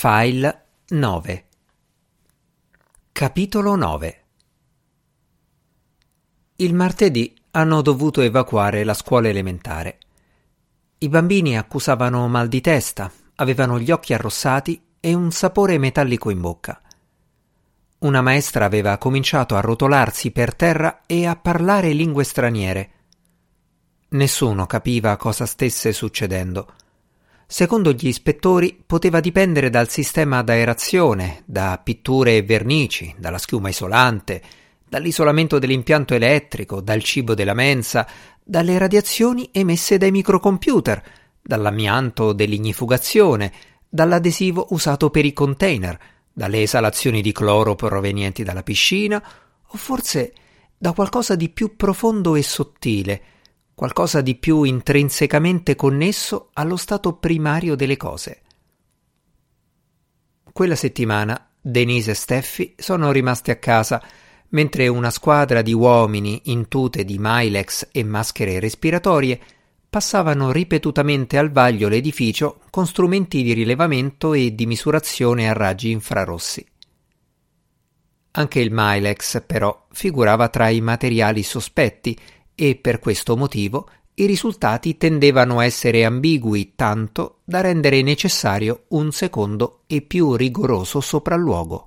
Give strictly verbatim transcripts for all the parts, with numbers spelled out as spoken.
File nove. Capitolo nove. Il martedì hanno dovuto evacuare la scuola elementare. I bambini accusavano mal di testa, avevano gli occhi arrossati e un sapore metallico in bocca. Una maestra aveva cominciato a rotolarsi per terra e a parlare lingue straniere. Nessuno capiva cosa stesse succedendo. Secondo gli ispettori poteva dipendere dal sistema d'aerazione, da pitture e vernici, dalla schiuma isolante, dall'isolamento dell'impianto elettrico, dal cibo della mensa, dalle radiazioni emesse dai microcomputer, dall'amianto dell'ignifugazione, dall'adesivo usato per i container, dalle esalazioni di cloro provenienti dalla piscina, o forse da qualcosa di più profondo e sottile, qualcosa di più intrinsecamente connesso allo stato primario delle cose. Quella settimana Denise e Steffi sono rimaste a casa, mentre una squadra di uomini in tute di Milex e maschere respiratorie passavano ripetutamente al vaglio l'edificio con strumenti di rilevamento e di misurazione a raggi infrarossi. Anche il Milex, però, figurava tra i materiali sospetti e per questo motivo i risultati tendevano a essere ambigui tanto da rendere necessario un secondo e più rigoroso sopralluogo.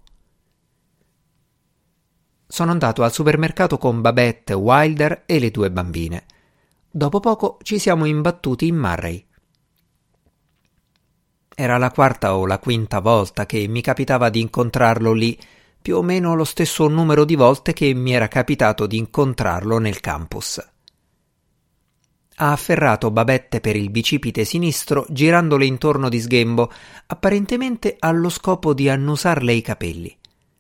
Sono andato al supermercato con Babette, Wilder e le due bambine. Dopo poco ci siamo imbattuti in Murray. Era la quarta o la quinta volta che mi capitava di incontrarlo lì, più o meno lo stesso numero di volte che mi era capitato di incontrarlo nel campus. Ha afferrato Babette per il bicipite sinistro, girandole intorno di sghembo, apparentemente allo scopo di annusarle i capelli.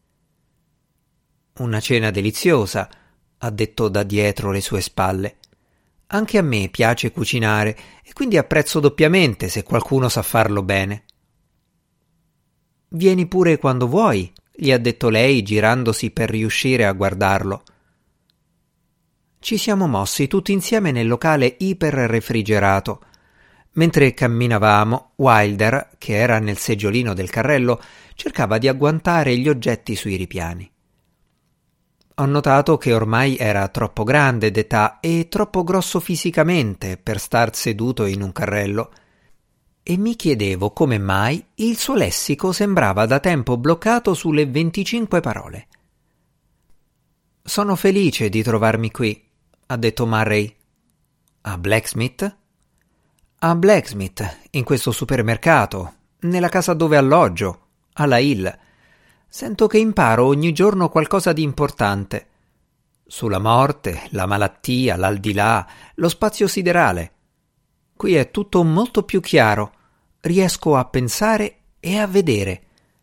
«Una cena deliziosa», ha detto da dietro le sue spalle. «Anche a me piace cucinare e quindi apprezzo doppiamente se qualcuno sa farlo bene». «Vieni pure quando vuoi», gli ha detto lei girandosi per riuscire a guardarlo. Ci siamo mossi tutti insieme nel locale iperrefrigerato. Mentre camminavamo, Wilder, che era nel seggiolino del carrello, cercava di agguantare gli oggetti sui ripiani. Ho notato che ormai era troppo grande d'età e troppo grosso fisicamente per star seduto in un carrello, e mi chiedevo come mai il suo lessico sembrava da tempo bloccato sulle venticinque parole. «Sono felice di trovarmi qui», ha detto Murray. «A Blacksmith?» «A Blacksmith, in questo supermercato, nella casa dove alloggio, alla Hill. Sento che imparo ogni giorno qualcosa di importante. Sulla morte, la malattia, l'aldilà, lo spazio siderale. Qui è tutto molto più chiaro. Riesco a pensare e a vedere».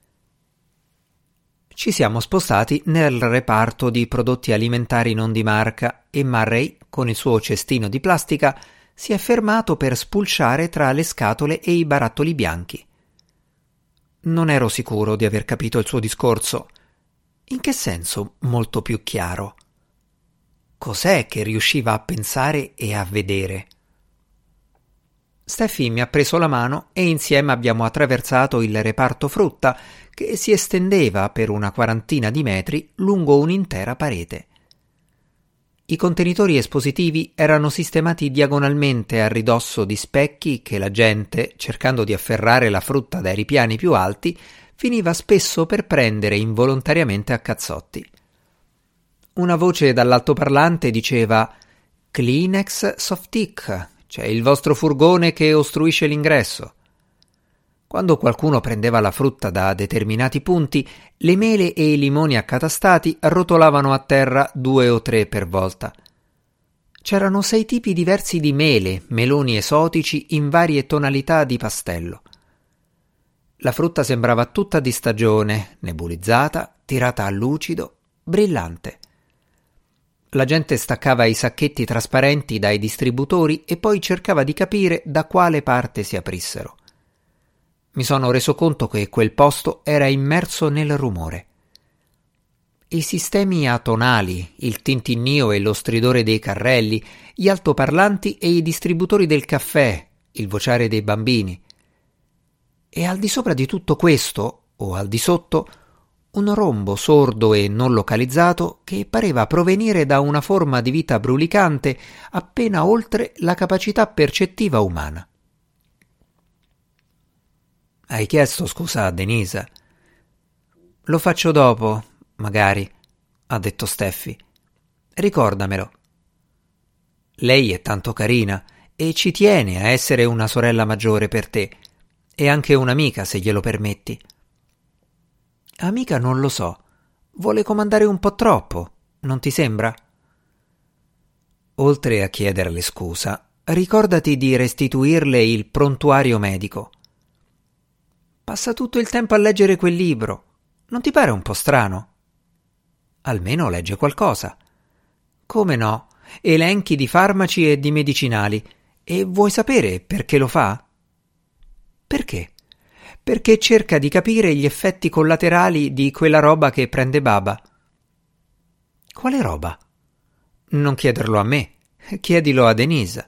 Ci siamo spostati nel reparto di prodotti alimentari non di marca e Murray, con il suo cestino di plastica, si è fermato per spulciare tra le scatole e i barattoli bianchi. Non ero sicuro di aver capito il suo discorso. In che senso molto più chiaro? Cos'è che riusciva a pensare e a vedere? Steffi mi ha preso la mano e insieme abbiamo attraversato il reparto frutta che si estendeva per una quarantina di metri lungo un'intera parete. I contenitori espositivi erano sistemati diagonalmente a ridosso di specchi che la gente, cercando di afferrare la frutta dai ripiani più alti, finiva spesso per prendere involontariamente a cazzotti. Una voce dall'altoparlante diceva «Kleenex Softic, c'è il vostro furgone che ostruisce l'ingresso». Quando qualcuno prendeva la frutta da determinati punti, le mele e i limoni accatastati rotolavano a terra due o tre per volta. C'erano sei tipi diversi di mele, meloni esotici in varie tonalità di pastello. La frutta sembrava tutta di stagione, nebulizzata, tirata a lucido, brillante. La gente staccava i sacchetti trasparenti dai distributori e poi cercava di capire da quale parte si aprissero. Mi sono reso conto che quel posto era immerso nel rumore. I sistemi atonali, il tintinnio e lo stridore dei carrelli, gli altoparlanti e i distributori del caffè, il vociare dei bambini. E al di sopra di tutto questo, o al di sotto, un rombo sordo e non localizzato che pareva provenire da una forma di vita brulicante appena oltre la capacità percettiva umana. Hai chiesto scusa a Denisa? Lo faccio dopo, magari, ha detto Steffi. Ricordamelo. Lei è tanto carina e ci tiene a essere una sorella maggiore per te, e anche un'amica, se glielo permetti. Amica non lo so, vuole comandare un po' troppo, non ti sembra? Oltre a chiederle scusa, ricordati di restituirle il prontuario medico. Passa tutto il tempo a leggere quel libro, non ti pare un po' strano? Almeno legge qualcosa. Come no? Elenchi di farmaci e di medicinali. E vuoi sapere perché lo fa? Perché? Perché cerca di capire gli effetti collaterali di quella roba che prende Baba. Quale roba? Non chiederlo a me, chiedilo a Denise.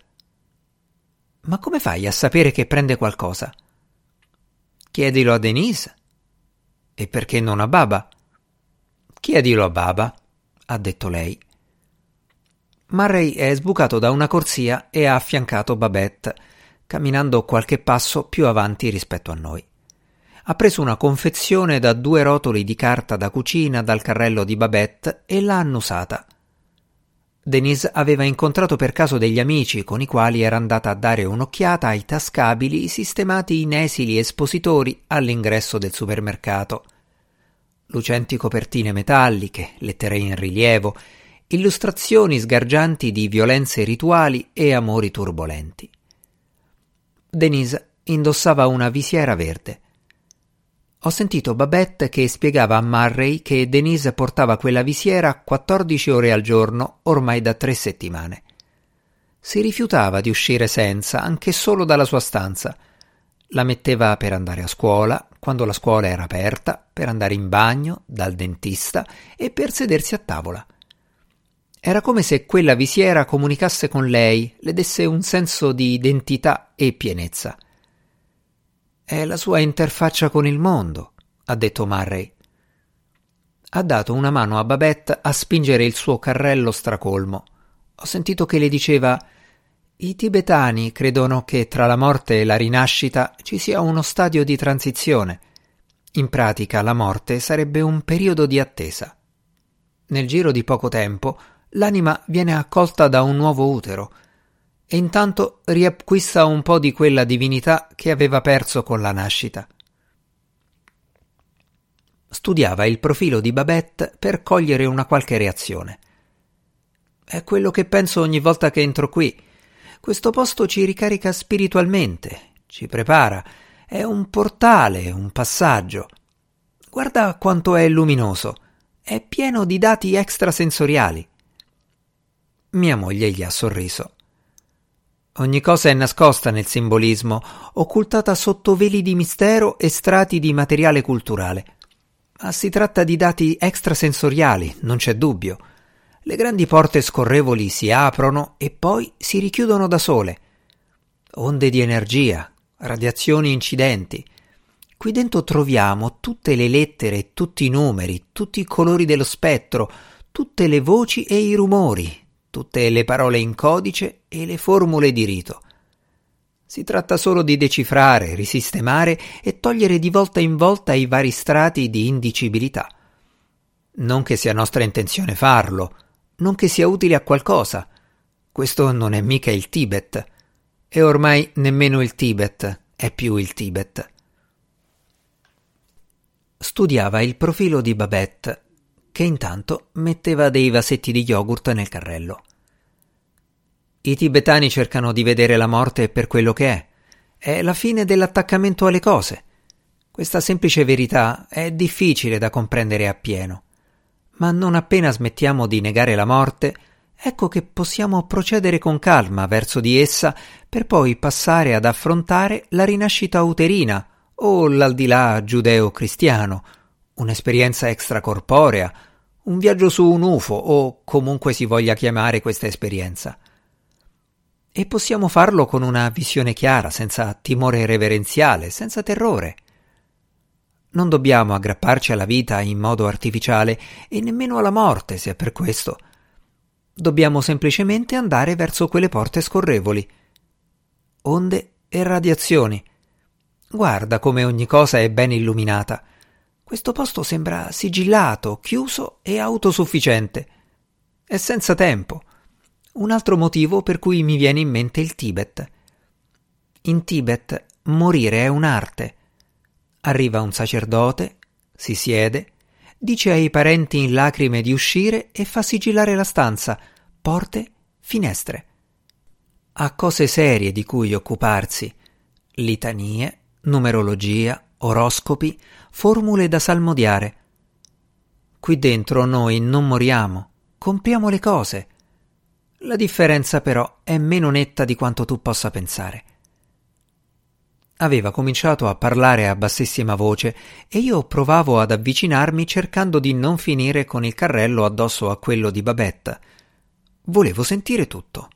Ma come fai a sapere che prende qualcosa? Chiedilo a Denise. E perché non a Baba? Chiedilo a Baba, ha detto lei. Murray è sbucato da una corsia e ha affiancato Babette, camminando qualche passo più avanti rispetto a noi. Ha preso una confezione da due rotoli di carta da cucina dal carrello di Babette e l'ha annusata. Denise aveva incontrato per caso degli amici con i quali era andata a dare un'occhiata ai tascabili sistemati in esili espositori all'ingresso del supermercato. Lucenti copertine metalliche, lettere in rilievo, illustrazioni sgargianti di violenze rituali e amori turbolenti. Denise indossava una visiera verde. Ho sentito Babette che spiegava a Murray che Denise portava quella visiera quattordici ore al giorno ormai da tre settimane. Si rifiutava di uscire senza, anche solo dalla sua stanza. La metteva per andare a scuola, quando la scuola era aperta, per andare in bagno, dal dentista e per sedersi a tavola. Era come se quella visiera comunicasse con lei, le desse un senso di identità e pienezza. È la sua interfaccia con il mondo, ha detto Murray. Ha dato una mano a Babette a spingere il suo carrello stracolmo. Ho sentito che le diceva: i tibetani credono che tra la morte e la rinascita ci sia uno stadio di transizione. In pratica la morte sarebbe un periodo di attesa. Nel giro di poco tempo l'anima viene accolta da un nuovo utero e intanto riacquista un po' di quella divinità che aveva perso con la nascita. Studiava il profilo di Babette per cogliere una qualche reazione. È quello che penso ogni volta che entro qui. Questo posto ci ricarica spiritualmente, ci prepara, è un portale, un passaggio. Guarda quanto è luminoso, è pieno di dati extrasensoriali. Mia moglie gli ha sorriso. Ogni cosa è nascosta nel simbolismo, occultata sotto veli di mistero e strati di materiale culturale. Ma si tratta di dati extrasensoriali, non c'è dubbio. Le grandi porte scorrevoli si aprono e poi si richiudono da sole. Onde di energia, radiazioni incidenti. Qui dentro troviamo tutte le lettere, tutti i numeri, tutti i colori dello spettro, tutte le voci e i rumori, tutte le parole in codice e le formule di rito. Si tratta solo di decifrare, risistemare e togliere di volta in volta i vari strati di indicibilità. Non che sia nostra intenzione farlo, non che sia utile a qualcosa. Questo non è mica il Tibet. E ormai nemmeno il Tibet è più il Tibet. Studiava il profilo di Babette, che intanto metteva dei vasetti di yogurt nel carrello. I tibetani cercano di vedere la morte per quello che è. È la fine dell'attaccamento alle cose. Questa semplice verità è difficile da comprendere appieno. Ma non appena smettiamo di negare la morte, ecco che possiamo procedere con calma verso di essa per poi passare ad affrontare la rinascita uterina o l'aldilà giudeo-cristiano, un'esperienza extracorporea, un viaggio su un U F O o comunque si voglia chiamare questa esperienza. E possiamo farlo con una visione chiara, senza timore reverenziale, senza terrore. Non dobbiamo aggrapparci alla vita in modo artificiale e nemmeno alla morte, se è per questo. Dobbiamo semplicemente andare verso quelle porte scorrevoli. Onde e radiazioni. Guarda come ogni cosa è ben illuminata. Questo posto sembra sigillato, chiuso e autosufficiente. È senza tempo. Un altro motivo per cui mi viene in mente il Tibet. In Tibet morire è un'arte. Arriva un sacerdote, si siede, dice ai parenti in lacrime di uscire e fa sigillare la stanza, porte, finestre. Ha cose serie di cui occuparsi, litanie, numerologia, oroscopi, formule da salmodiare. Qui dentro noi non moriamo, compriamo le cose. La differenza però è meno netta di quanto tu possa pensare. Aveva cominciato a parlare a bassissima voce e io provavo ad avvicinarmi cercando di non finire con il carrello addosso a quello di Babette. Volevo sentire tutto.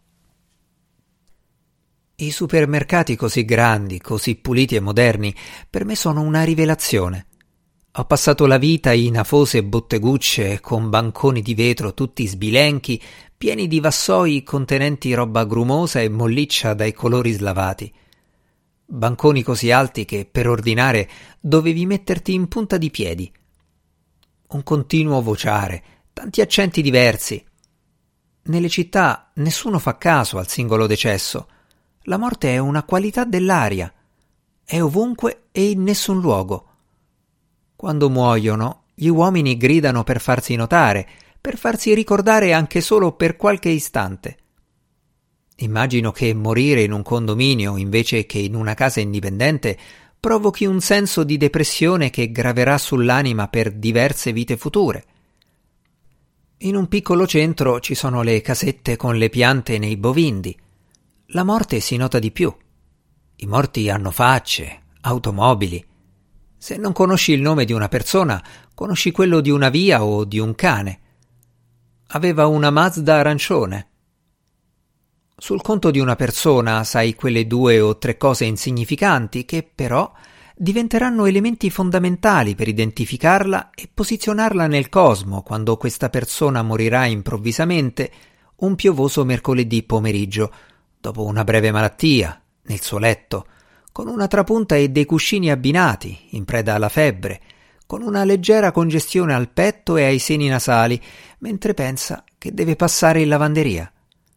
I supermercati così grandi, così puliti e moderni, per me sono una rivelazione. Ho passato la vita in afose bottegucce con banconi di vetro tutti sbilenchi, pieni di vassoi contenenti roba grumosa e molliccia dai colori slavati. Banconi così alti che, per ordinare, dovevi metterti in punta di piedi. Un continuo vociare, tanti accenti diversi. Nelle città nessuno fa caso al singolo decesso. La morte è una qualità dell'aria. È ovunque e in nessun luogo. Quando muoiono, gli uomini gridano per farsi notare, per farsi ricordare anche solo per qualche istante. Immagino che morire in un condominio invece che in una casa indipendente provochi un senso di depressione che graverà sull'anima per diverse vite future. In un piccolo centro ci sono le casette con le piante nei bovindi. La morte si nota di più. I morti hanno facce, automobili. Se non conosci il nome di una persona, conosci quello di una via o di un cane. Aveva una Mazda arancione. Sul conto di una persona sai quelle due o tre cose insignificanti che, però, diventeranno elementi fondamentali per identificarla e posizionarla nel cosmo quando questa persona morirà improvvisamente un piovoso mercoledì pomeriggio, dopo una breve malattia, nel suo letto, con una trapunta e dei cuscini abbinati, in preda alla febbre, con una leggera congestione al petto e ai seni nasali, mentre pensa che deve passare in lavanderia.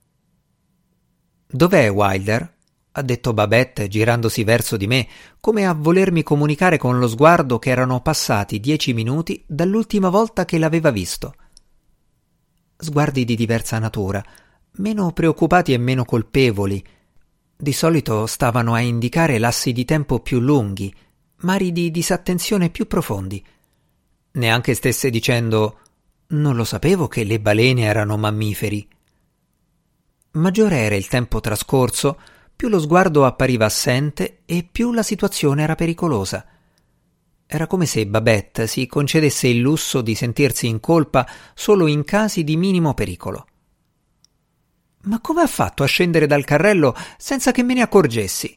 «Dov'è Wilder?» ha detto Babette girandosi verso di me, come a volermi comunicare con lo sguardo che erano passati dieci minuti dall'ultima volta che l'aveva visto. Sguardi di diversa natura, meno preoccupati e meno colpevoli. Di solito stavano a indicare lassi di tempo più lunghi, mari di disattenzione più profondi. Neanche stesse dicendo «Non lo sapevo che le balene erano mammiferi». Maggiore era il tempo trascorso, più lo sguardo appariva assente e più la situazione era pericolosa. Era come se Babette si concedesse il lusso di sentirsi in colpa solo in casi di minimo pericolo. «Ma come ha fatto a scendere dal carrello senza che me ne accorgessi?»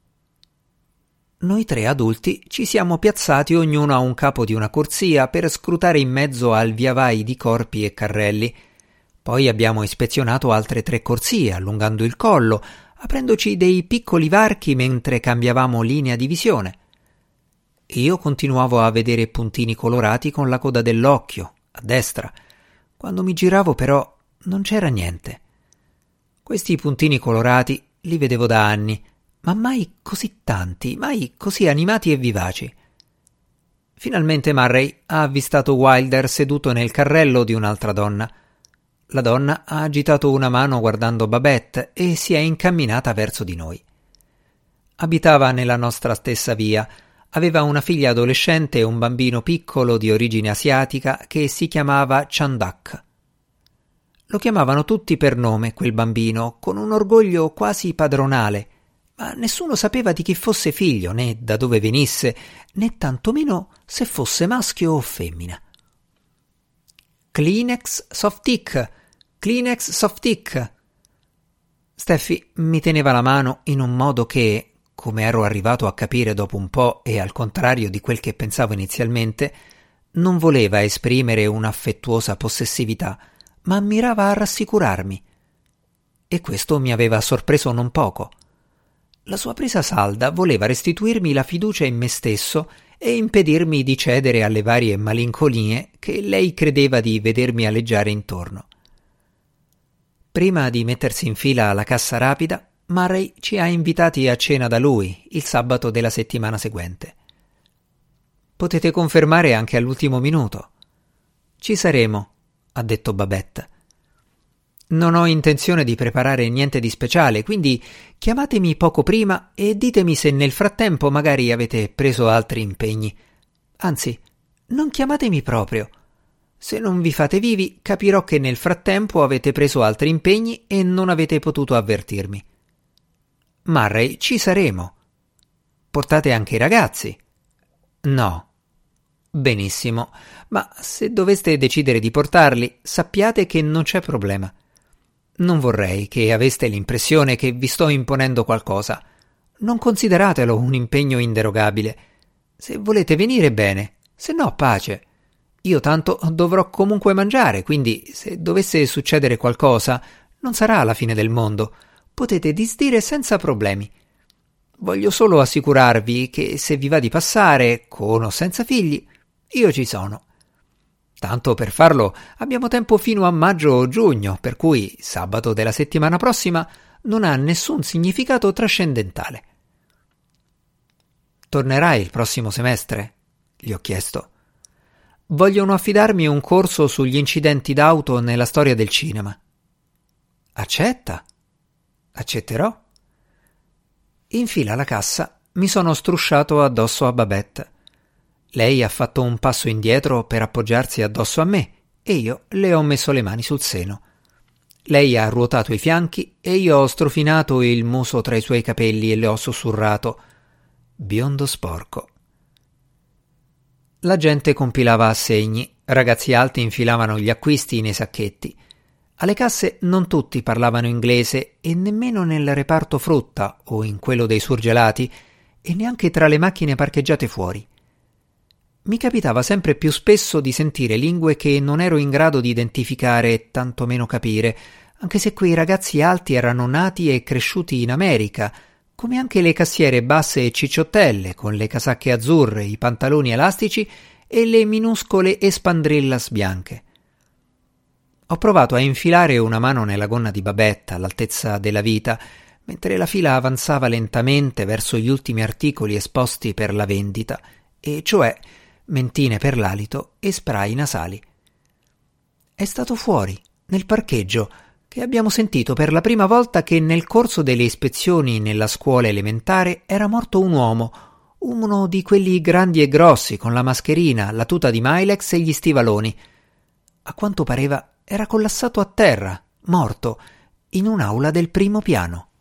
Noi tre adulti ci siamo piazzati ognuno a un capo di una corsia per scrutare in mezzo al viavai di corpi e carrelli. Poi abbiamo ispezionato altre tre corsie, allungando il collo, aprendoci dei piccoli varchi mentre cambiavamo linea di visione. Io continuavo a vedere puntini colorati con la coda dell'occhio, a destra. Quando mi giravo però non c'era niente. Questi puntini colorati li vedevo da anni, ma mai così tanti, mai così animati e vivaci. Finalmente Murray ha avvistato Wilder seduto nel carrello di un'altra donna. La donna ha agitato una mano guardando Babette e si è incamminata verso di noi. Abitava nella nostra stessa via, aveva una figlia adolescente e un bambino piccolo di origine asiatica che si chiamava Chandak. Lo chiamavano tutti per nome, quel bambino, con un orgoglio quasi padronale, ma nessuno sapeva di chi fosse figlio, né da dove venisse, né tantomeno se fosse maschio o femmina. Kleenex Softic, Kleenex Softic. Steffi mi teneva la mano in un modo che, come ero arrivato a capire dopo un po' e al contrario di quel che pensavo inizialmente, non voleva esprimere un'affettuosa possessività, ma mirava a rassicurarmi. E questo mi aveva sorpreso non poco. La sua presa salda voleva restituirmi la fiducia in me stesso e impedirmi di cedere alle varie malinconie che lei credeva di vedermi aleggiare intorno. Prima di mettersi in fila alla cassa rapida, Murray ci ha invitati a cena da lui il sabato della settimana seguente. Potete confermare anche all'ultimo minuto. Ci saremo, ha detto Babette. Non ho intenzione di preparare niente di speciale, quindi chiamatemi poco prima e ditemi se nel frattempo magari avete preso altri impegni. Anzi, non chiamatemi proprio. Se non vi fate vivi, capirò che nel frattempo avete preso altri impegni e non avete potuto avvertirmi. Murray, ci saremo. Portate anche i ragazzi? No. Benissimo, ma se doveste decidere di portarli, sappiate che non c'è problema. Non vorrei che aveste l'impressione che vi sto imponendo qualcosa. Non consideratelo un impegno inderogabile. Se volete venire, bene, se no pace. Io tanto dovrò comunque mangiare, quindi se dovesse succedere qualcosa, non sarà la fine del mondo. Potete disdire senza problemi. Voglio solo assicurarvi che se vi va di passare, con o senza figli, io ci sono. Tanto per farlo abbiamo tempo fino a maggio o giugno, per cui sabato della settimana prossima non ha nessun significato trascendentale. Tornerai il prossimo semestre? Gli ho chiesto. Vogliono affidarmi un corso sugli incidenti d'auto nella storia del cinema. Accetta? Accetterò. In fila alla cassa mi sono strusciato addosso a Babette. Lei ha fatto un passo indietro per appoggiarsi addosso a me e io le ho messo le mani sul seno. Lei ha ruotato i fianchi e io ho strofinato il muso tra i suoi capelli e le ho sussurrato: biondo sporco. La gente compilava assegni, ragazzi alti infilavano gli acquisti nei sacchetti. Alle casse non tutti parlavano inglese e nemmeno nel reparto frutta o in quello dei surgelati e neanche tra le macchine parcheggiate fuori. Mi capitava sempre più spesso di sentire lingue che non ero in grado di identificare e tantomeno capire, anche se quei ragazzi alti erano nati e cresciuti in America, come anche le cassiere basse e cicciottelle, con le casacche azzurre, i pantaloni elastici e le minuscole espandrillas bianche. Ho provato a infilare una mano nella gonna di Babette all'altezza della vita, mentre la fila avanzava lentamente verso gli ultimi articoli esposti per la vendita, e cioè mentine per l'alito e spray nasali. È stato fuori, nel parcheggio, che abbiamo sentito per la prima volta che nel corso delle ispezioni nella scuola elementare era morto un uomo, uno di quelli grandi e grossi, con la mascherina, la tuta di Milex e gli stivaloni. A quanto pareva era collassato a terra, morto, in un'aula del primo piano.